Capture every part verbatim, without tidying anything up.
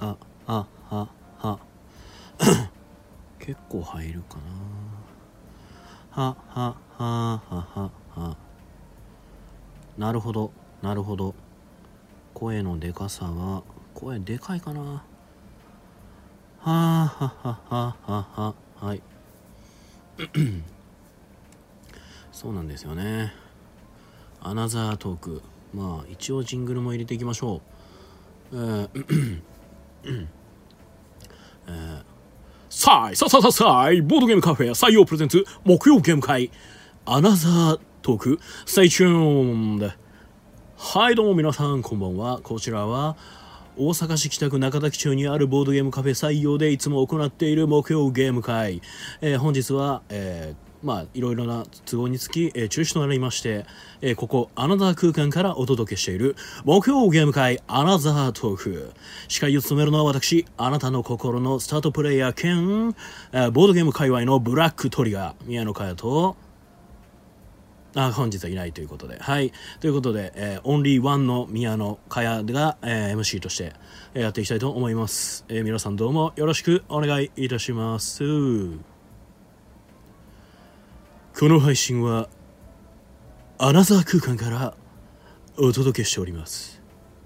ああああ結構入るかな。はははははは。なるほどなるほど。声のでかさは声でかいかな。はあははははは。はいそうなんですよね。アナザートーク、まあ一応ジングルも入れていきましょう。えーえー、さあさあさあさあボードゲームカフェ採用プレゼンツ木曜ゲーム会アナザートークステイチューンで、はいどうも皆さんこんばんは。こちらは大阪市北区中崎町にあるボードゲームカフェ採用でいつも行っている木曜ゲーム会、えー、本日は、えーまあいろいろな都合につき、えー、中止となりまして、えー、ここアナザー空間からお届けしている木曜ゲーム会アナザートーク。司会を務めるのは私、あなたの心のスタートプレイヤー兼、えー、ボードゲーム界隈のブラックトリガー宮野佳代と、あ本日はいないということで、はいということで、えー、オンリーワンの宮野佳代が、えー、エムシー として、えー、やっていきたいと思います。えー、皆さんどうもよろしくお願いいたします。この配信はアナザー空間からお届けしております。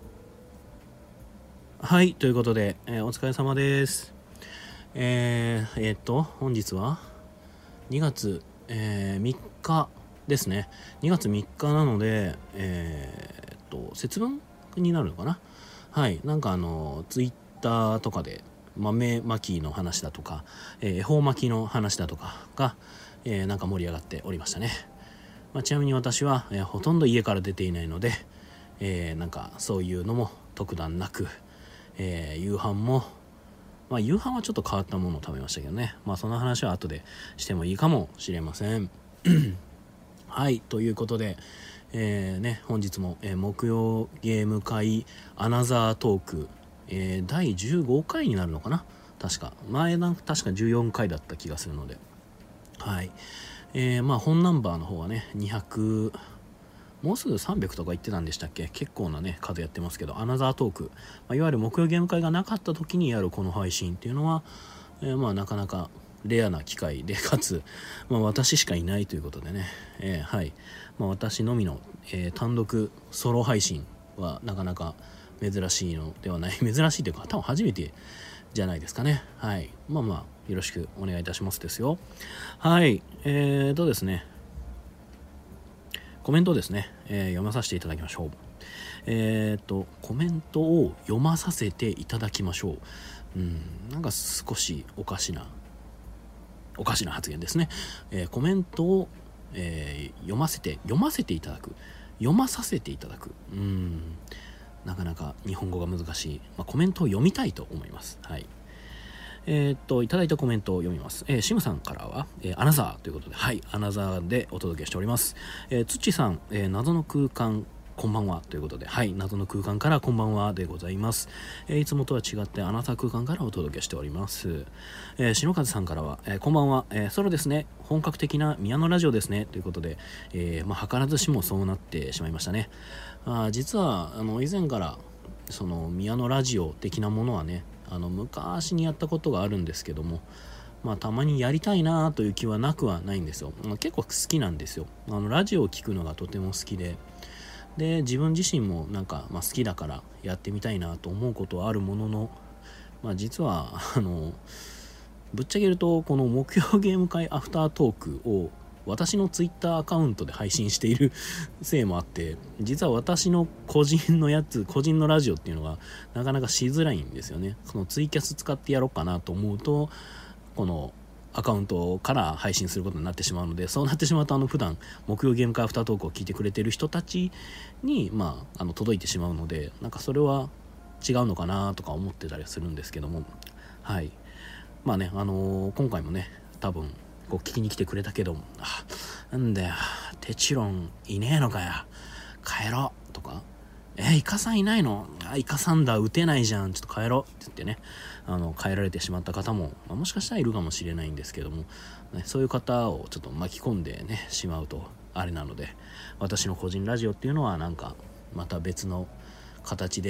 はいということで、えー、お疲れ様です。えー、えー、っと本日はにがつ、えー、みっかですね。にがつみっかなので、えー、っと節分になるのかな。はいなんかあのツイッターとかで豆まきの話だとか、えー、恵方巻きの話だとかが、えー、なんか盛り上がっておりましたね。まあ、ちなみに私は、えー、ほとんど家から出ていないので、えー、なんかそういうのも特段なく、えー、夕飯もまあ夕飯はちょっと変わったものを食べましたけどね。まあその話は後でしてもいいかもしれません。はいということで、えーね、本日も、えー、木曜ゲーム会アナザートーク、えー、だいじゅうごかいになるのかな。確か前なんか確かじゅうよんかいだった気がするので、はい、えー、まあ本ナンバーの方はねにひゃくもうすぐさんびゃくとか言ってたんでしたっけ。結構なね数やってますけど、アナザートーク、まあ、いわゆる木曜ゲーム会がなかった時にやるこの配信っていうのは、えー、まあなかなかレアな機会で、かつ、まあ、私しかいないということでね、えー、はい、まあ、私のみの、えー、単独ソロ配信はなかなか珍しいのではない珍しいというか多分初めてじゃないですかね。はいまあまあよろしくお願いいたしますですよ。はいえーとですねコメントをですね、えー、読まさせていただきましょう。えーとコメントを読まさせていただきましょう。うんなんか少しおかしなおかしな発言ですね。えー、コメントを、えー、読ませて読ませていただく読まさせていただくうーんなかなか日本語が難しい、まあ、コメントを読みたいと思います。はいえー、っといただいたコメントを読みます。えー、シムさんからは、えー、アナザーということで、はいアナザーでお届けしております。えー、つっちさん、えー、謎の空間こんばんはということで、はい謎の空間からこんばんはでございます。えー、いつもとは違ってアナザー空間からお届けしております。えー、篠和さんからは、えー、こんばんは、えー、そうですね本格的な宮野ラジオですねということで、えーまあ、図らずしもそうなってしまいましたね。あ実はあの以前からその宮野ラジオ的なものはねあの昔にやったことがあるんですけども、まあ、たまにやりたいなという気はなくはないんですよ。まあ、結構好きなんですよ。あのラジオを聞くのがとても好きでで自分自身もなんか、まあ、好きだからやってみたいなと思うことはあるものの、まあ、実はあのぶっちゃけるとこの木曜ゲーム会アフタートークを私のツイッターアカウントで配信しているせいもあって実は私の個人のやつ個人のラジオっていうのがなかなかしづらいんですよね。そのツイキャス使ってやろうかなと思うとこのアカウントから配信することになってしまうので、そうなってしまうとあの普段木曜ゲーム会アフタートークを聞いてくれてる人たちに、まあ、あの届いてしまうのでなんかそれは違うのかなとか思ってたりするんですけども、はいまあねあのー、今回もね多分こう聞きに来てくれたけどあなんだよテチロンいねえのかよ帰ろうとかえイカさんいないのあイカさんだ打てないじゃんちょっと帰ろうって言ってねあの帰られてしまった方も、まあ、もしかしたらいるかもしれないんですけども、ね、そういう方をちょっと巻き込んでねしまうとあれなので私の個人ラジオっていうのはなんかまた別の形で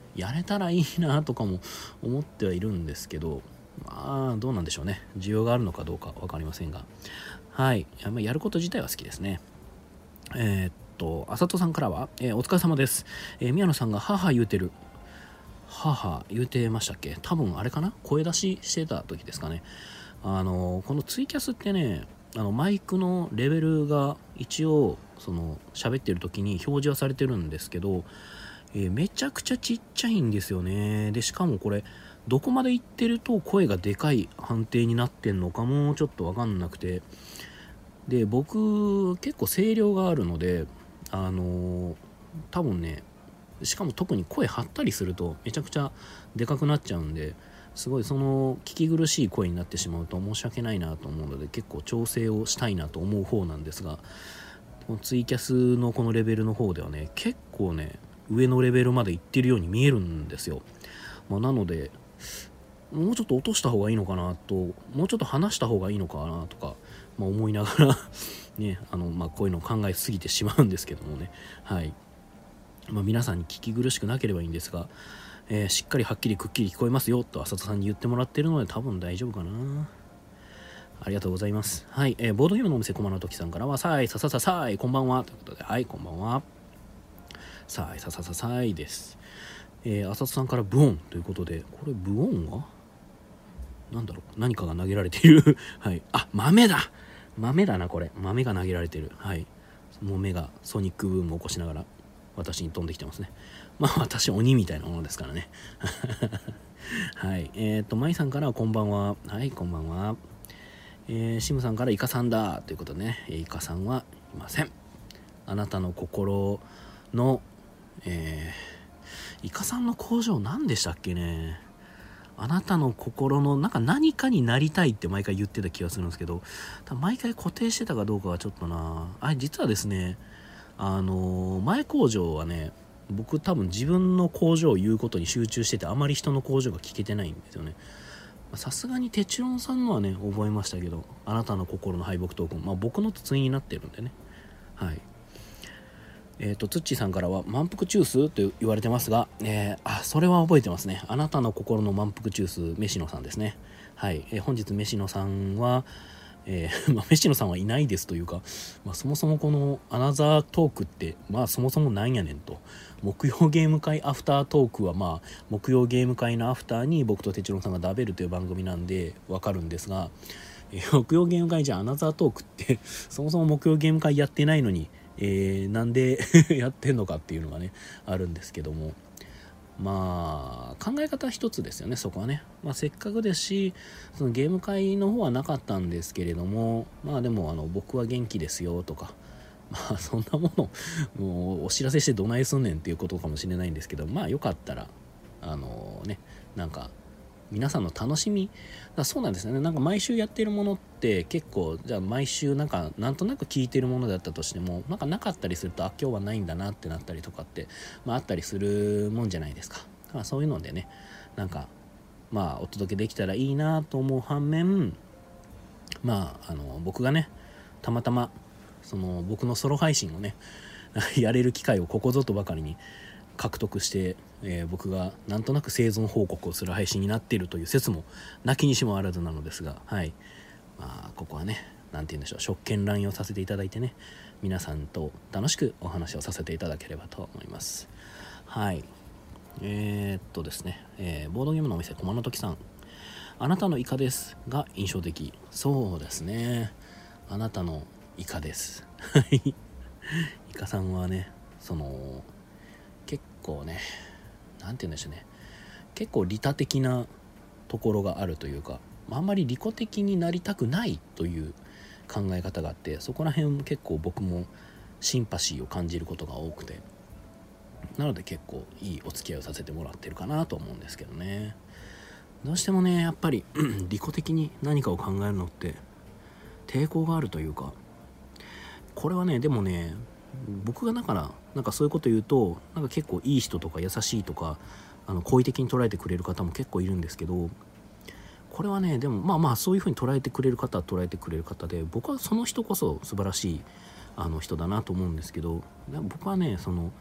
やれたらいいなとかも思ってはいるんですけど、まあどうなんでしょうね。需要があるのかどうか分かりませんが、はい、や, やること自体は好きですね。えー、っとあさとさんからは、えー、お疲れ様です、えー、宮野さんが母言うてる母言うてましたっけ。多分あれかな、声出ししてた時ですかね。あのこのツイキャスってね、あのマイクのレベルが一応その喋ってる時に表示はされてるんですけど、えー、めちゃくちゃちっちゃいんですよね。でしかもこれどこまで行ってると声がでかい判定になってんのかもちょっと分かんなくて、で僕結構声量があるので、あのー、多分ね、しかも特に声張ったりするとめちゃくちゃでかくなっちゃうんで、すごいその聞き苦しい声になってしまうと申し訳ないなと思うので、結構調整をしたいなと思う方なんですが、このツイキャスのこのレベルの方ではね、結構ね上のレベルまでいってるように見えるんですよ。まあ、なのでもうちょっと落とした方がいいのかなと、もうちょっと話した方がいいのかなとか、まあ、思いながらね、あのまあこういうのを考えすぎてしまうんですけどもね、はい、まあ、皆さんに聞き苦しくなければいいんですが、えー、しっかりはっきりくっきり聞こえますよと浅田さんに言ってもらってるので多分大丈夫かな。ありがとうございます。はい、えー、ボードゲームのお店駒の時さんからは、さいささささいこんばんはということで、はいこんばんは、さいささささいです。えー、浅田さんからブオンということで、これブオンはなんだろう、何かが投げられているはい、あ、豆だ豆だな、これ豆が投げられてる。はい、豆がソニックブームを起こしながら私に飛んできてますね。まあ私鬼みたいなものですからねはい、えっ、ー、と舞さんからはこんばんは、はいこんばんは。えー、シムさんからイカさんだということでね、イカさんはいません。あなたの心の、えー、イカさんの工場何でしたっけね。あなたの心のなんか何かになりたいって毎回言ってた気がするんですけど、多分毎回固定してたかどうかはちょっとなあれ、実はですね、あのー、前工場はね、僕多分自分の工場を言うことに集中してて、あまり人の工場が聞けてないんですよね。さすがにテチロンさんのはね覚えましたけど、あなたの心の敗北トークン、まあ僕のと対になってるんでね。はい。えっ、ー、とツッチーさんからは満腹中枢と言われてますが、えー、あそれは覚えてますね。あなたの心の満腹中枢、飯野さんですね。はい、えー、本日飯野さんは、えーまあ、飯野さんはいないですというか、まあ、そもそもこのアナザートークってまあそもそもなんやねんと。木曜ゲーム会アフタートークはまあ木曜ゲーム会のアフターに僕とテチロンさんがダベルという番組なんでわかるんですが、えー、木曜ゲーム会じゃアナザートークってそもそも木曜ゲーム会やってないのに、えー、なんでやってんのかっていうのがねあるんですけども、まあ考え方一つですよね、そこはね。まあ、せっかくですし、そのゲーム会の方はなかったんですけれども、まあでもあの僕は元気ですよとか、まあそんなものもうお知らせしてどないすんねんっていうことかもしれないんですけど、まあよかったらあのね、なんか皆さんの楽しみだそうなんですよね。なんか毎週やってるものって結構じゃあ毎週なんかなんとなく聞いてるものだったとしても、なんかなかったりすると、あ今日はないんだなってなったりとかって、まあ、あったりするもんじゃないですか。だからそういうのでね、なんかまあお届けできたらいいなと思う反面、まああの僕がねたまたまその僕のソロ配信をねやれる機会をここぞとばかりに獲得して、えー、僕がなんとなく生存報告をする配信になっているという説もなきにしもあらずなのですが、はい、まあここはね、なんて言うんでしょう、職権乱用させていただいてね、皆さんと楽しくお話をさせていただければと思います。はい、えー、っとですね、えー、ボードゲームのお店駒の時さん、あなたのイカですが印象的。そうですね、あなたのイカですイカさんはね、その結構ね、なんて言うんでしょうね、結構利他的なところがあるというか、あんまり利己的になりたくないという考え方があって、そこら辺結構僕もシンパシーを感じることが多くて、なので結構いいお付き合いをさせてもらってるかなと思うんですけどね。どうしてもねやっぱり利己的に何かを考えるのって抵抗があるというか、これはねでもね僕がだからなんかそういうこと言うと、なんか結構いい人とか優しいとか、あの好意的に捉えてくれる方も結構いるんですけど、これはねでもまあまあそういう風に捉えてくれる方は捉えてくれる方で、僕はその人こそ素晴らしいあの人だなと思うんですけど、僕はねその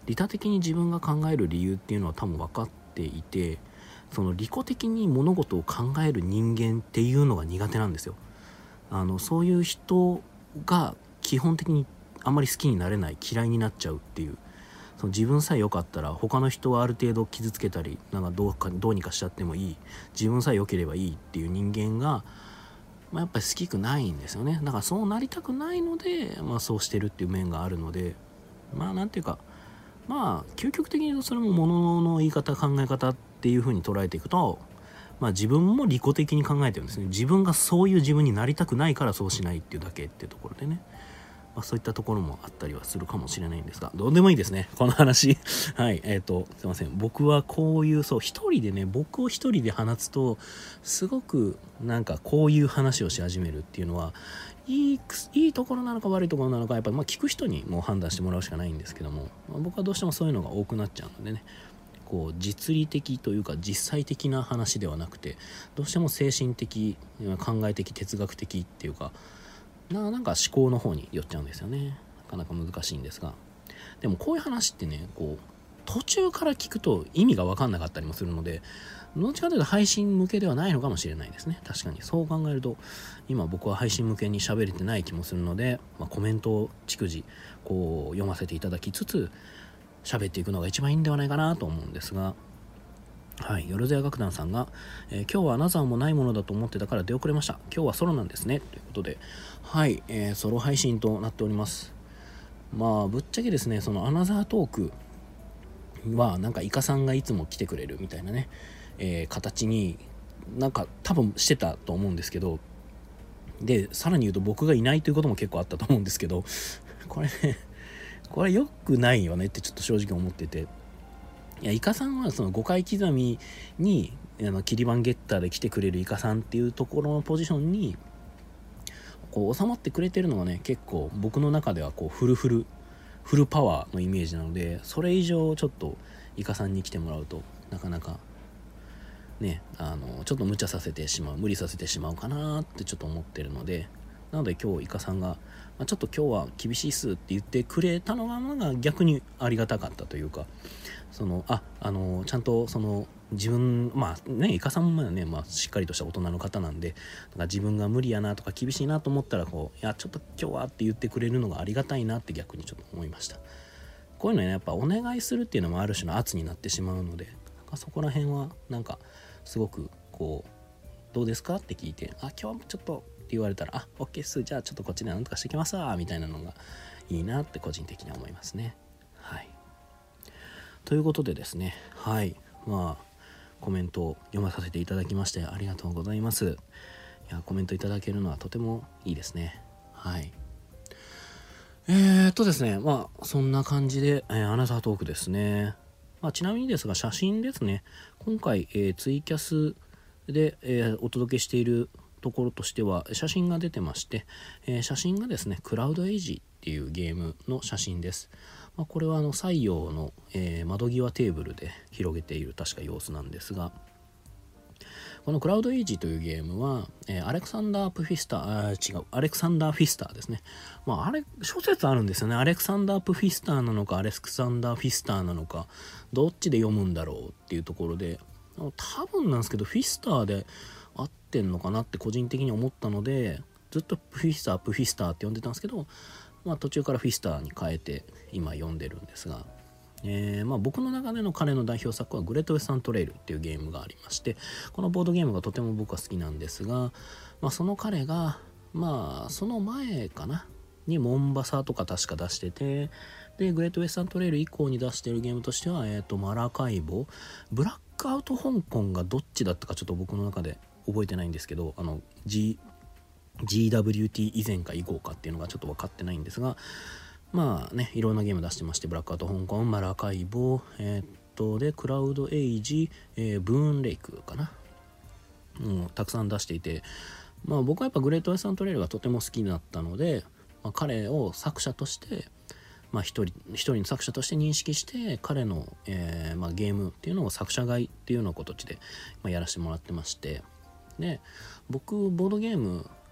利他的に自分が考える理由っていうのは多分分かっていて、その利己的に物事を考える人間っていうのが苦手なんですよ。あのそういう人が基本的にあんまり好きになれない、嫌いになっちゃうっていう、その自分さえ良かったら他の人はある程度傷つけたりなんかどうかどうにかしちゃってもいい、自分さえ良ければいいっていう人間が、まあ、やっぱり好きくないんですよね。だからそうなりたくないので、まあ、そうしてるっていう面があるので、まあなんていうか、まあ究極的に言うとそれも物の言い方考え方っていう風に捉えていくと、まあ自分も利己的に考えてるんですね。自分がそういう自分になりたくないからそうしないっていうだけっていうところでね、まあ、そういったところもあったりはするかもしれないんですが、どうでもいいですねこの話はいえーとすいません。僕はこういうそう一人でね僕を一人で放つとすごくなんかこういう話をし始めるっていうのはいいいいところなのか悪いところなのかやっぱりまあ聞く人にもう判断してもらうしかないんですけども、まあ、僕はどうしてもそういうのが多くなっちゃうのでね、こう実利的というか実際的な話ではなくて、どうしても精神的考え的哲学的っていうかな、なんか思考の方に寄っちゃうんですよね。なかなか難しいんですが、でもこういう話ってねこう途中から聞くと意味が分かんなかったりもするので、どっちかというと配信向けではないのかもしれないですね。確かにそう考えると今僕は配信向けに喋れてない気もするので、まあ、コメントを逐次こう読ませていただきつつ喋っていくのが一番いいんではないかなと思うんですが、はい、よろずや楽団さんが、えー、今日はアナザーもないものだと思ってたから出遅れました。今日はソロなんですねということで、はい、えー、ソロ配信となっております。まあぶっちゃけですね、そのアナザートークはなんかイカさんがいつも来てくれるみたいなね、えー、形になんか多分してたと思うんですけど、でさらに言うと僕がいないということも結構あったと思うんですけど、これねこれ良くないよねってちょっと正直思ってて、いやイカさんはそのごかい刻みにあのキリバンゲッターで来てくれるイカさんっていうところのポジションにこう収まってくれてるのがね、結構僕の中ではこうフルフルフルパワーのイメージなので、それ以上ちょっとイカさんに来てもらうとなかなかね、あのちょっと無茶させてしまう無理させてしまうかなってちょっと思ってるので、なので今日イカさんが、まあ、ちょっと今日は厳しいっすって言ってくれたのが、まあ、逆にありがたかったというか、そのああのちゃんとその自分まあねイカさんもね、まあ、しっかりとした大人の方なんで、だから自分が無理やなとか厳しいなと思ったらこういやちょっと今日はって言ってくれるのがありがたいなって逆にちょっと思いました。こういうのねやっぱお願いするっていうのもある種の圧になってしまうので、なんかそこら辺はなんかすごくこうどうですかって聞いて、あ今日はちょっとって言われたら、あ OK っす、じゃあちょっとこっちでなんとかしてきますわみたいなのがいいなって個人的には思いますね。はい、ということでですね、はいまあコメントを読まさせていただきましてありがとうございます。いやコメントいただけるのはとてもいいですね。はいえーっとですねまあそんな感じで、えー、アナザートークですね。まあ、ちなみにですが写真ですね、今回、えー、ツイキャスで、えー、お届けしているところとしては写真が出てまして、えー、写真がですねクラウドエイジっていうゲームの写真です。まあ、これはあの西洋の、えー、窓際テーブルで広げている確か様子なんですが、このクラウドエイジというゲームは、えー、アレクサンダー・プフィスター、あ違う、アレクサンダー・フィスターですね。まあ、あれ、諸説あるんですよね。アレクサンダー・プフィスターなのか、アレクサンダー・フィスターなのか、どっちで読むんだろうっていうところで、多分なんですけど、フィスターで合ってんのかなって個人的に思ったので、ずっとプフィスター、プフィスターって呼んでたんですけど、まあ、途中からフィスターに変えて今読んでるんですが、えーまあ、僕の中での彼の代表作はグレートウェスタントレイルっていうゲームがありまして、このボードゲームがとても僕は好きなんですが、まあ、その彼がまあその前かなにモンバサとか確か出してて、でグレートウェスタントレイル以降に出してるゲームとしては、えーとマラカイボ、ブラックアウト香港がどっちだったかちょっと僕の中で覚えてないんですけど、あの Gジーダブリューティー 以前か以降かっていうのがちょっと分かってないんですが、まあねいろんなゲーム出してまして、ブラックアウト香港、マラカイボ、えー、っとでクラウドエイジ、えー、ブーンレイクかな、うん、たくさん出していて、まあ僕はやっぱグレートウェスタントレイルがとても好きだったので、まあ、彼を作者としてまあ一人一人の作者として認識して彼の、えーまあ、ゲームっていうのを作者買いっていうのを形で、まあ、やらせてもらってまして、で僕ボードゲーム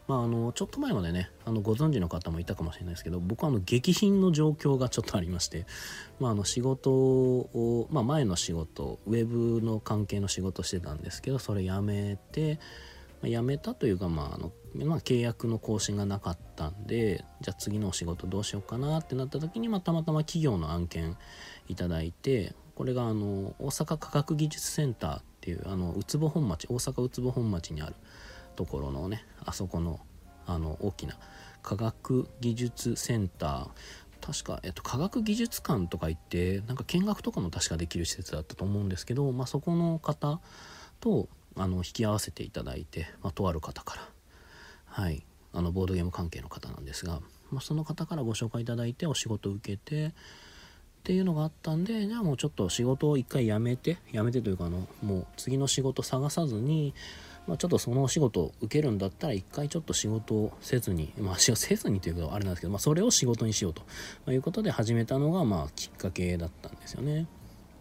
まあ、あのちょっと前までねあのご存知の方もいたかもしれないですけど、僕はあの激貧の状況がちょっとありまして、まあ、あの仕事を、まあ、前の仕事ウェブの関係の仕事してたんですけど、それ辞めて、まあ、辞めたというか、まああのまあ、契約の更新がなかったんで、じゃあ次のお仕事どうしようかなってなった時に、まあ、たまたま企業の案件いただいて、これがあの大阪科学技術センターっていうあの宇都本町大阪宇都本町にあるところのね、あそこのあの大きな科学技術センター、確か、えっと、科学技術館とか行ってなんか見学とかも確かできる施設だったと思うんですけど、まあ、そこの方とあの引き合わせていただいて、まあ、とある方から、はい、あのボードゲーム関係の方なんですが、まあ、その方からご紹介いただいてお仕事を受けてっていうのがあったんで、じゃあもうちょっと仕事を一回辞めて辞めてというかあのもう次の仕事探さずに、まあ、ちょっとそのお仕事を受けるんだったら一回ちょっと仕事をせずに、まあせずにというかあれなんですけど、まあ、それを仕事にしようということで始めたのがまあきっかけだったんですよね。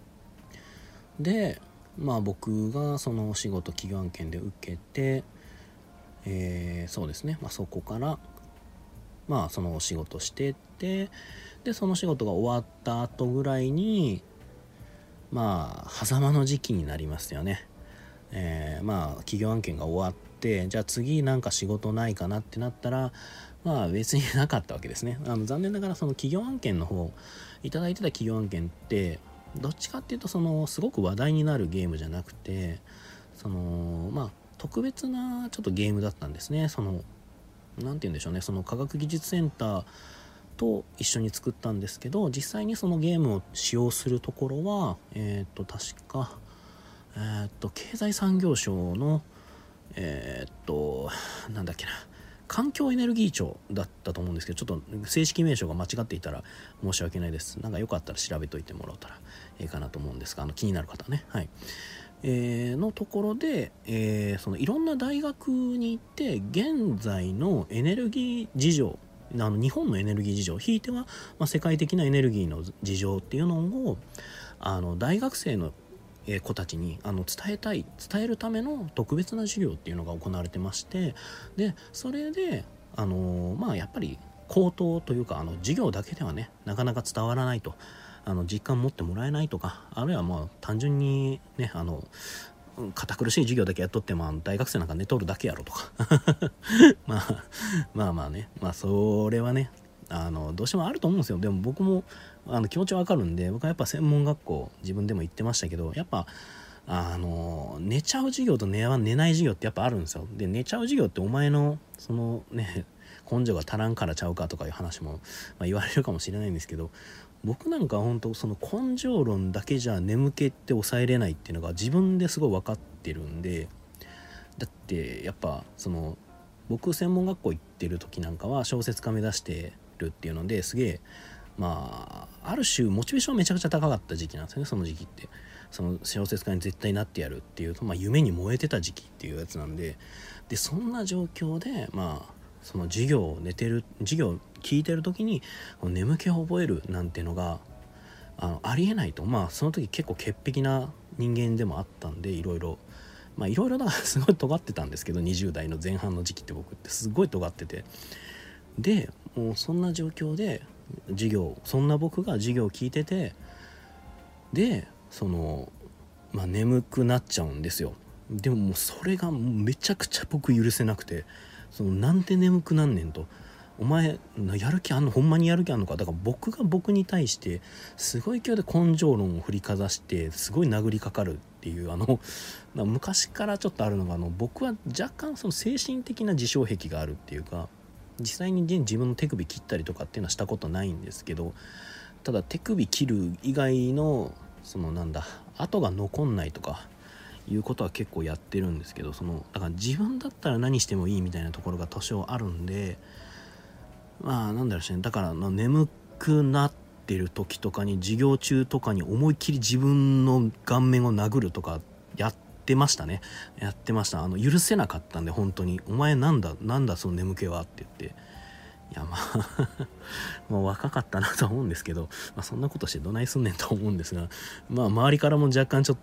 で、まあ僕がそのお仕事企業案件で受けて、えー、そうですね、まあ、そこからまあそのお仕事してって、でその仕事が終わった後ぐらいにまあ狭間の時期になりますよね。えー、まあ企業案件が終わって、じゃあ次なんか仕事ないかなってなったら、まあ別になかったわけですね。あの残念ながらその企業案件の方いただいてた企業案件ってどっちかっていうとそのすごく話題になるゲームじゃなくて、そのまあ特別なちょっとゲームだったんですね。そのなんて言うんでしょうね、その科学技術センターと一緒に作ったんですけど、実際にそのゲームを使用するところはえっと確かえー、っと経済産業省のえー、っとなんだっけな環境エネルギー庁だったと思うんですけど、ちょっと正式名称が間違っていたら申し訳ないです。なんかよかったら調べといてもらったらいいかなと思うんですが、あの気になる方はね、はい、えー、のところで、えー、そのいろんな大学に行って現在のエネルギー事情、あの日本のエネルギー事情、ひいては、まあ、世界的なエネルギーの事情っていうのをあの大学生の子たちにあの伝えたい伝えるための特別な授業っていうのが行われてまして、でそれであのまあやっぱり口頭というかあの授業だけではねなかなか伝わらないと、あの実感持ってもらえないとか、あるいはまあ単純にねあの堅苦しい授業だけやっとっても大学生なんか寝とるだけやろとかまあまあまあね、まあそれはねあのどうしてもあると思うんですよ。でも僕もあの気持ちわかるんで、僕はやっぱ専門学校自分でも行ってましたけど、やっぱあの寝ちゃう授業と寝寝ない授業ってやっぱあるんですよ。で寝ちゃう授業ってお前のそのね根性が足らんからちゃうかとかいう話も、まあ、言われるかもしれないんですけど、僕なんか本当その根性論だけじゃ眠気って抑えれないっていうのが自分ですごい分かってるんで、だってやっぱその僕専門学校行ってる時なんかは小説家目指してるっていうのですげえまあある種モチベーションめちゃくちゃ高かった時期なんですよね。その時期ってその小説家に絶対なってやるっていう、まあ、夢に燃えてた時期っていうやつなんで、でそんな状況でまあその授業を寝てる授業を聞いてる時に眠気を覚えるなんていうのがあのありえないと、まあその時結構潔癖な人間でもあったんで、いろいろまあいろいろだからすごい尖ってたんですけど、にじゅう代の前半の時期って僕ってすごい尖ってて、でもうそんな状況で授業そんな僕が授業を聞いてて、でそのまあ眠くなっちゃうんですよ。でももうそれがめちゃくちゃ僕許せなくて、そのなんで眠くなんねんと、お前やる気あんの、ほんまにやる気あんのか。だから僕が僕に対してすごい勢いで根性論を振りかざしてすごい殴りかかるっていう、あの昔からちょっとあるのが、あの僕は若干その精神的な自傷癖があるっていうか、実際に自分の手首切ったりとかっていうのはしたことないんですけど、ただ手首切る以外のそのなんだ跡が残んないとかいうことは結構やってるんですけど、そのだから自分だったら何してもいいみたいなところが多少あるんで、まあなんだろうね、だから眠くなってる時とかに授業中とかに思いっきり自分の顔面を殴るとかやってましたね。やってました。あの許せなかったんで、本当にお前なんだなんだその眠気はって言って、いやまあもう若かったなと思うんですけど、まあ、そんなことしてどないすんねんと思うんですが、まあ周りからも若干ちょっと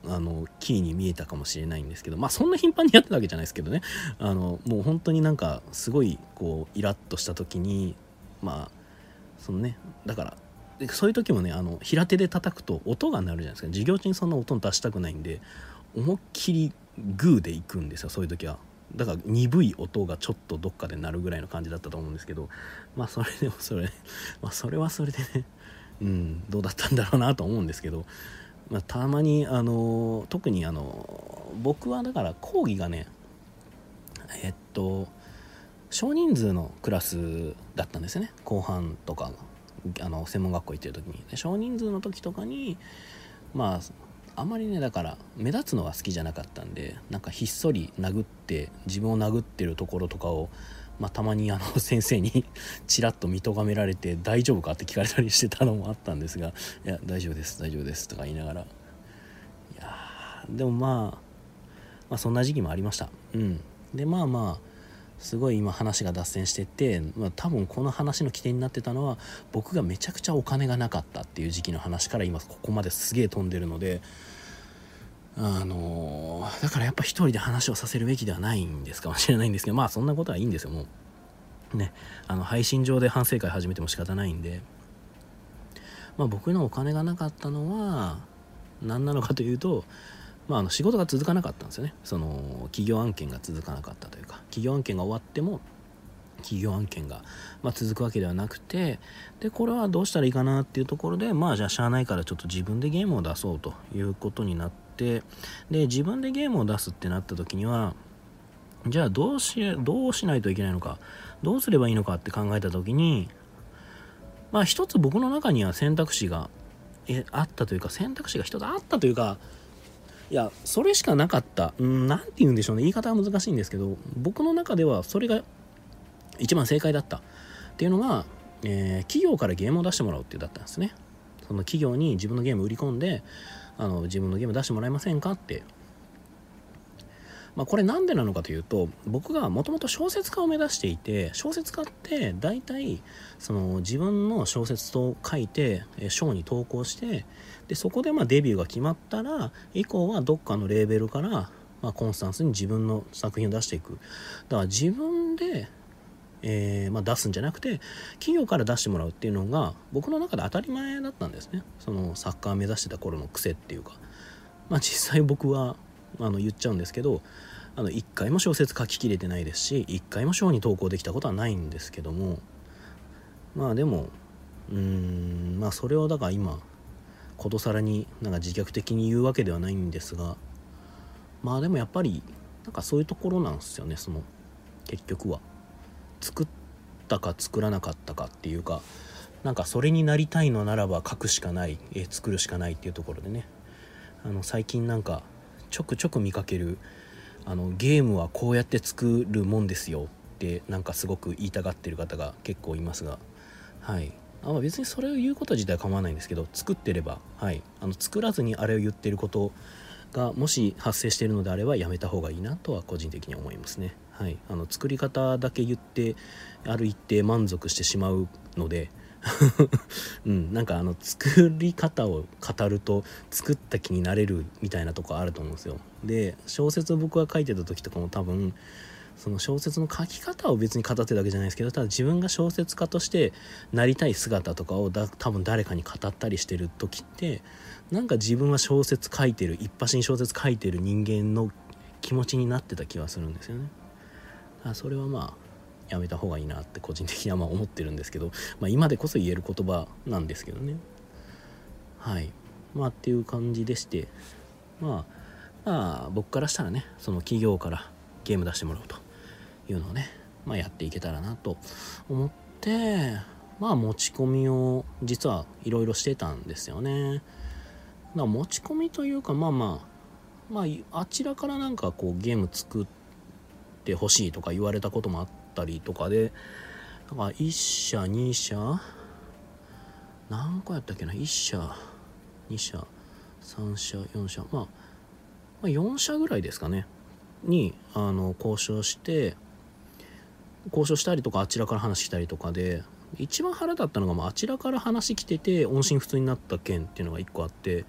あのキーに見えたかもしれないんですけど、まあそんな頻繁にやってたわけじゃないですけどね、あのもう本当になんかすごいこうイラッとした時に、まあそのねだからでそういう時もね、あの平手で叩くと音が鳴るじゃないですか。授業中にそんな音出したくないんで思いっきりグーでいくんですよ、そういう時は。だから鈍い音がちょっとどっかで鳴るぐらいの感じだったと思うんですけど、まあそれでもそれまあそれはそれでね、うんどうだったんだろうなと思うんですけど、まあ、たまにあの特にあの僕はだから講義がねえっと少人数のクラスだったんですよね、後半とかあの専門学校行ってる時に。で少人数の時とかにまああんまりねだから目立つのが好きじゃなかったんで、なんかひっそり殴って自分を殴ってるところとかを、まあ、たまにあの先生にちらっと見とがめられて大丈夫かって聞かれたりしてたのもあったんですが、いや大丈夫です大丈夫ですとか言いながら、いやでもまあ、まあそんな時期もありました。うんでまあまあすごい今話が脱線してって、まあ、多分この話の起点になってたのは僕がめちゃくちゃお金がなかったっていう時期の話から今ここまですげえ飛んでるので、あのー、だからやっぱ一人で話をさせるべきではないんですかもしれないんですけど、まあそんなことはいいんですよ。もうねあの配信上で反省会始めても仕方ないんで、まあ僕のお金がなかったのは何なのかというと、まあ、あの仕事が続かなかったんですよね。その企業案件が続かなかったというか、企業案件が終わっても企業案件が、まあ、続くわけではなくて、でこれはどうしたらいいかなっていうところで、まあじゃあしゃあないからちょっと自分でゲームを出そうということになって、で自分でゲームを出すってなった時にはじゃあどうしどうしないといけないのか、どうすればいいのかって考えた時に、まあ一つ僕の中には選択肢がえあったというか、選択肢が一つあったというか、いやそれしかなかった、うん、なんて言うんでしょうね、言い方は難しいんですけど、僕の中ではそれが一番正解だったっていうのが、えー、企業からゲームを出してもらうっていうだったんですね。その企業に自分のゲーム売り込んで、あの自分のゲーム出してもらえませんかって。まあこれなんでなのかというと、僕がもともと小説家を目指していて、小説家って大体その自分の小説と書いて賞に投稿して、でそこでまあデビューが決まったら以降はどっかのレーベルからまあコンスタンスに自分の作品を出していく。だから自分でえーまあ、出すんじゃなくて企業から出してもらうっていうのが僕の中で当たり前だったんですね。そのサッカー目指してた頃の癖っていうか、まあ実際僕はあの言っちゃうんですけど、あの一回も小説書ききれてないですし、一回も賞に投稿できたことはないんですけども、まあでもうーんまあそれをだから今ことさらになんか自虐的に言うわけではないんですが、まあでもやっぱりなんかそういうところなんですよね。その結局は作ったか作らなかったかっていうか、なんかそれになりたいのならば書くしかない、え作るしかないっていうところでね、あの最近なんかちょくちょく見かけるあのゲームはこうやって作るもんですよってなんかすごく言いたがってる方が結構いますが、はいあ別にそれを言うこと自体は構わないんですけど、作ってれば、はい、あの作らずにあれを言ってることがもし発生しているのであればやめた方がいいなとは個人的に思いますね。はい、あの作り方だけ言ってある一定満足してしまうのでうん、なんかあの作り方を語ると作った気になれるみたいなとこあると思うんですよ。で小説を僕が書いてた時とかも多分その小説の書き方を別に語ってるだけじゃないですけど、ただ自分が小説家としてなりたい姿とかをだ多分誰かに語ったりしてる時ってなんか自分は小説書いてる一発に小説書いてる人間の気持ちになってた気はするんですよね。あそれはまあやめた方がいいなって個人的にはまあ思ってるんですけど、まあ、今でこそ言える言葉なんですけどね。はいまあっていう感じでして、まあまあ僕からしたらね、その企業からゲーム出してもらうというのをね、まあ、やっていけたらなと思って、まあ持ち込みを実はいろいろしてたんですよね。だから持ち込みというかまあまあまああちらからなんかこうゲーム作ってほしいとか言われたこともあったりとかで、だからいっ社に社何個やったっけな、いっ社に社さん社よん社、まあ、まあよん社ぐらいですかねにあの交渉して交渉したりとかあちらから話来たりとかで、一番腹立ったのが、まあ、あちらから話来てて音信不通になった件っていうのがいっこあって、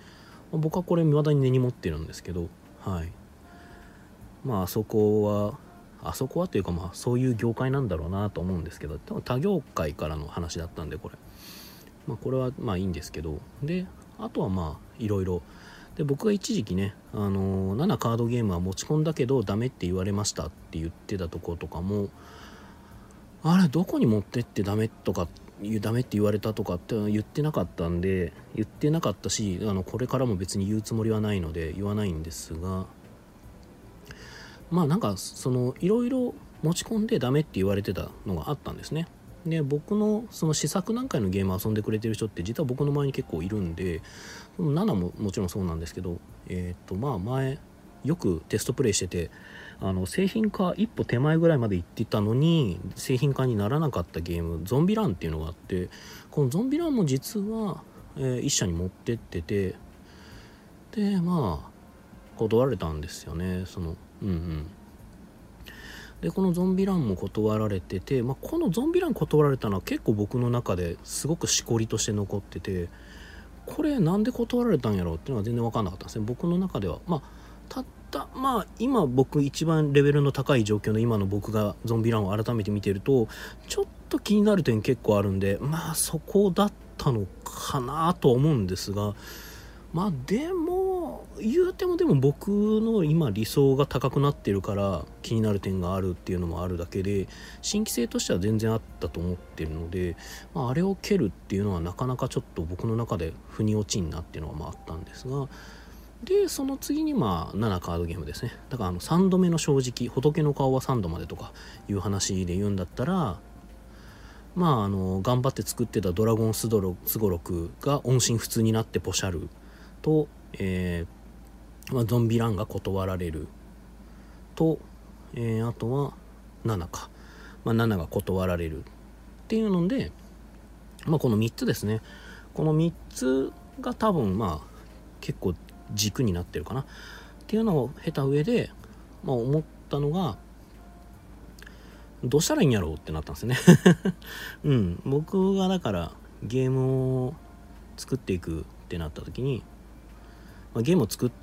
僕はこれ未だに根に持ってるんですけど、はい、まああそこはあそこはというかまあそういう業界なんだろうなと思うんですけど、多分他業界からの話だったんでこれ、まあ、これはまあいいんですけど、であとはまあいろいろで、僕が一時期ね、あのー、ななカードゲームは持ち込んだけどダメって言われましたって言ってたところとかも、あれどこに持ってってダメとかダメって言われたとかって言ってなかったんで、言ってなかったし、あのこれからも別に言うつもりはないので言わないんですが、まあなんかそのいろいろ持ち込んでダメって言われてたのがあったんですね。で僕のその試作段階のゲーム遊んでくれてる人って実は僕の周りに結構いるんで、ななももちろんそうなんですけど、えっとまあ前よくテストプレイしてて、あの製品化一歩手前ぐらいまで行ってたのに製品化にならなかったゲーム、ゾンビランっていうのがあって、このゾンビランも実は、えー、一社に持ってってて、でまあ断られたんですよね。そのうんうんでこのゾンビランも断られてて、まあ、このゾンビラン断られたのは結構僕の中ですごくしこりとして残ってて、これなんで断られたんやろうっていうのは全然分かんなかったんですね、僕の中では。まあたったまあ今僕一番レベルの高い状況の今の僕がゾンビランを改めて見てるとちょっと気になる点結構あるんで、まあそこだったのかなと思うんですが、まあでも言うてもでも僕の今理想が高くなってるから気になる点があるっていうのもあるだけで、新規性としては全然あったと思ってるので、まあ、あれを蹴るっていうのはなかなかちょっと僕の中で腑に落ちんなっていうのがまああったんですが、でその次にまあななカードゲームですね。だからあのさんどめの正直、仏の顔はさんどまでとかいう話で言うんだったら、まああの頑張って作ってたドラゴンスドロスゴロクが音信不通になってポシャると、えーまあ、ゾンビランが断られると、えー、あとはななか、まあ、ななが断られるっていうので、まあ、このみっつですね。このみっつが多分まあ結構軸になってるかなっていうのを経た上で、まあ、思ったのがどうしたらいいんやろうってなったんですよねうん僕がだからゲームを作っていくってなった時に、まあ、ゲームを作って、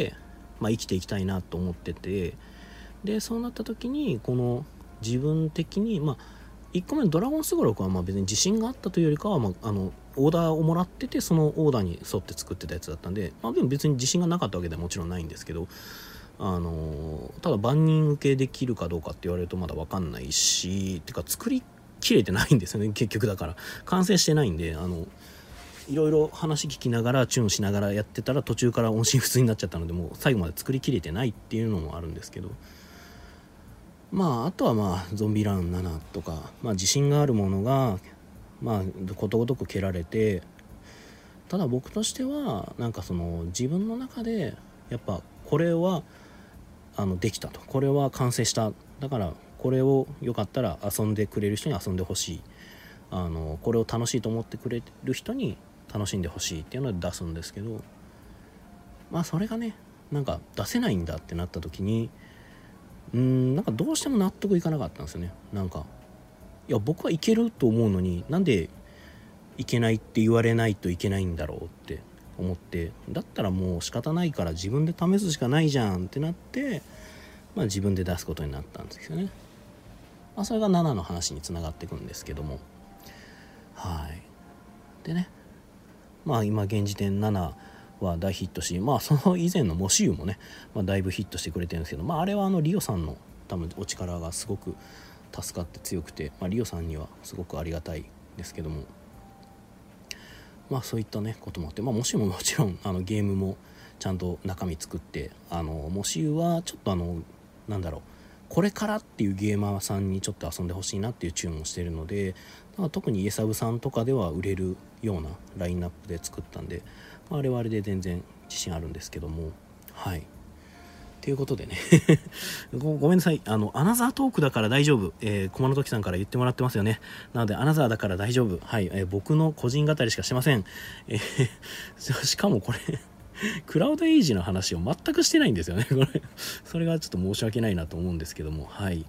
まあ、生きていきたいなと思ってて、でそうなった時にこの自分的にまあいっこめのドラゴンスゴロクはまあ別に自信があったというよりかは、まあ、あのオーダーをもらっててそのオーダーに沿って作ってたやつだったんで、まあ、でも別に自信がなかったわけではもちろんないんですけど、あのただ万人受けできるかどうかって言われるとまだ分かんないし、てか作りきれてないんですよね結局。だから完成してないんで、あのいろいろ話聞きながらチューンしながらやってたら途中から音信不通になっちゃったので、もう最後まで作りきれてないっていうのもあるんですけど、まああとはまあゾンビランななとか、まあ、自信があるものがまあことごとく蹴られて、ただ僕としてはなんかその自分の中でやっぱこれはあのできたと、これは完成した、だからこれをよかったら遊んでくれる人に遊んでほしい、あのこれを楽しいと思ってくれる人に楽しんでほしいっていうので出すんですけど、まあそれがねなんか出せないんだってなった時にうーんなんかどうしても納得いかなかったんですよね。なんかいや僕はいけると思うのになんでいけないって言われないといけないんだろうって思って、だったらもう仕方ないから自分で試すしかないじゃんってなって、まあ、自分で出すことになったんですよね。まあ、それがななの話につながっていくんですけども、はいでね、まあ今現時点ななは大ヒットし、まあその以前のモシユもね、まあ、だいぶヒットしてくれてるんですけど、まああれはあのリオさんの多分お力がすごく助かって強くて、まあ、リオさんにはすごくありがたいですけども、まあそういったねこともあって、まあもしももちろんあのゲームもちゃんと中身作って、あのもしはちょっとあのなんだろうこれからっていうゲーマーさんにちょっと遊んでほしいなっていう注文をしているので、特にイエサブさんとかでは売れるようなラインナップで作ったんで、まあ、あれはあれで全然自信あるんですけども、はいということでねご, ごめんなさい、あのアナザートークだから大丈夫、えー、駒の時さんから言ってもらってますよね。なのでアナザーだから大丈夫、はい、えー、僕の個人語りしかしません、えー、しかもこれクラウドエイジの話を全くしてないんですよねこれそれがちょっと申し訳ないなと思うんですけども、はい、ま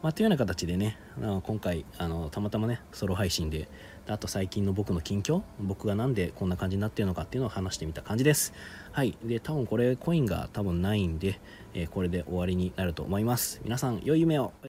まあ、というような形でね、あの今回あのたまたまねソロ配信で、あと最近の僕の近況、僕がなんでこんな感じになってるのかっていうのを話してみた感じです。はい。で、多分これコインが多分ないんで、えーこれで終わりになると思います。皆さん良い夢を。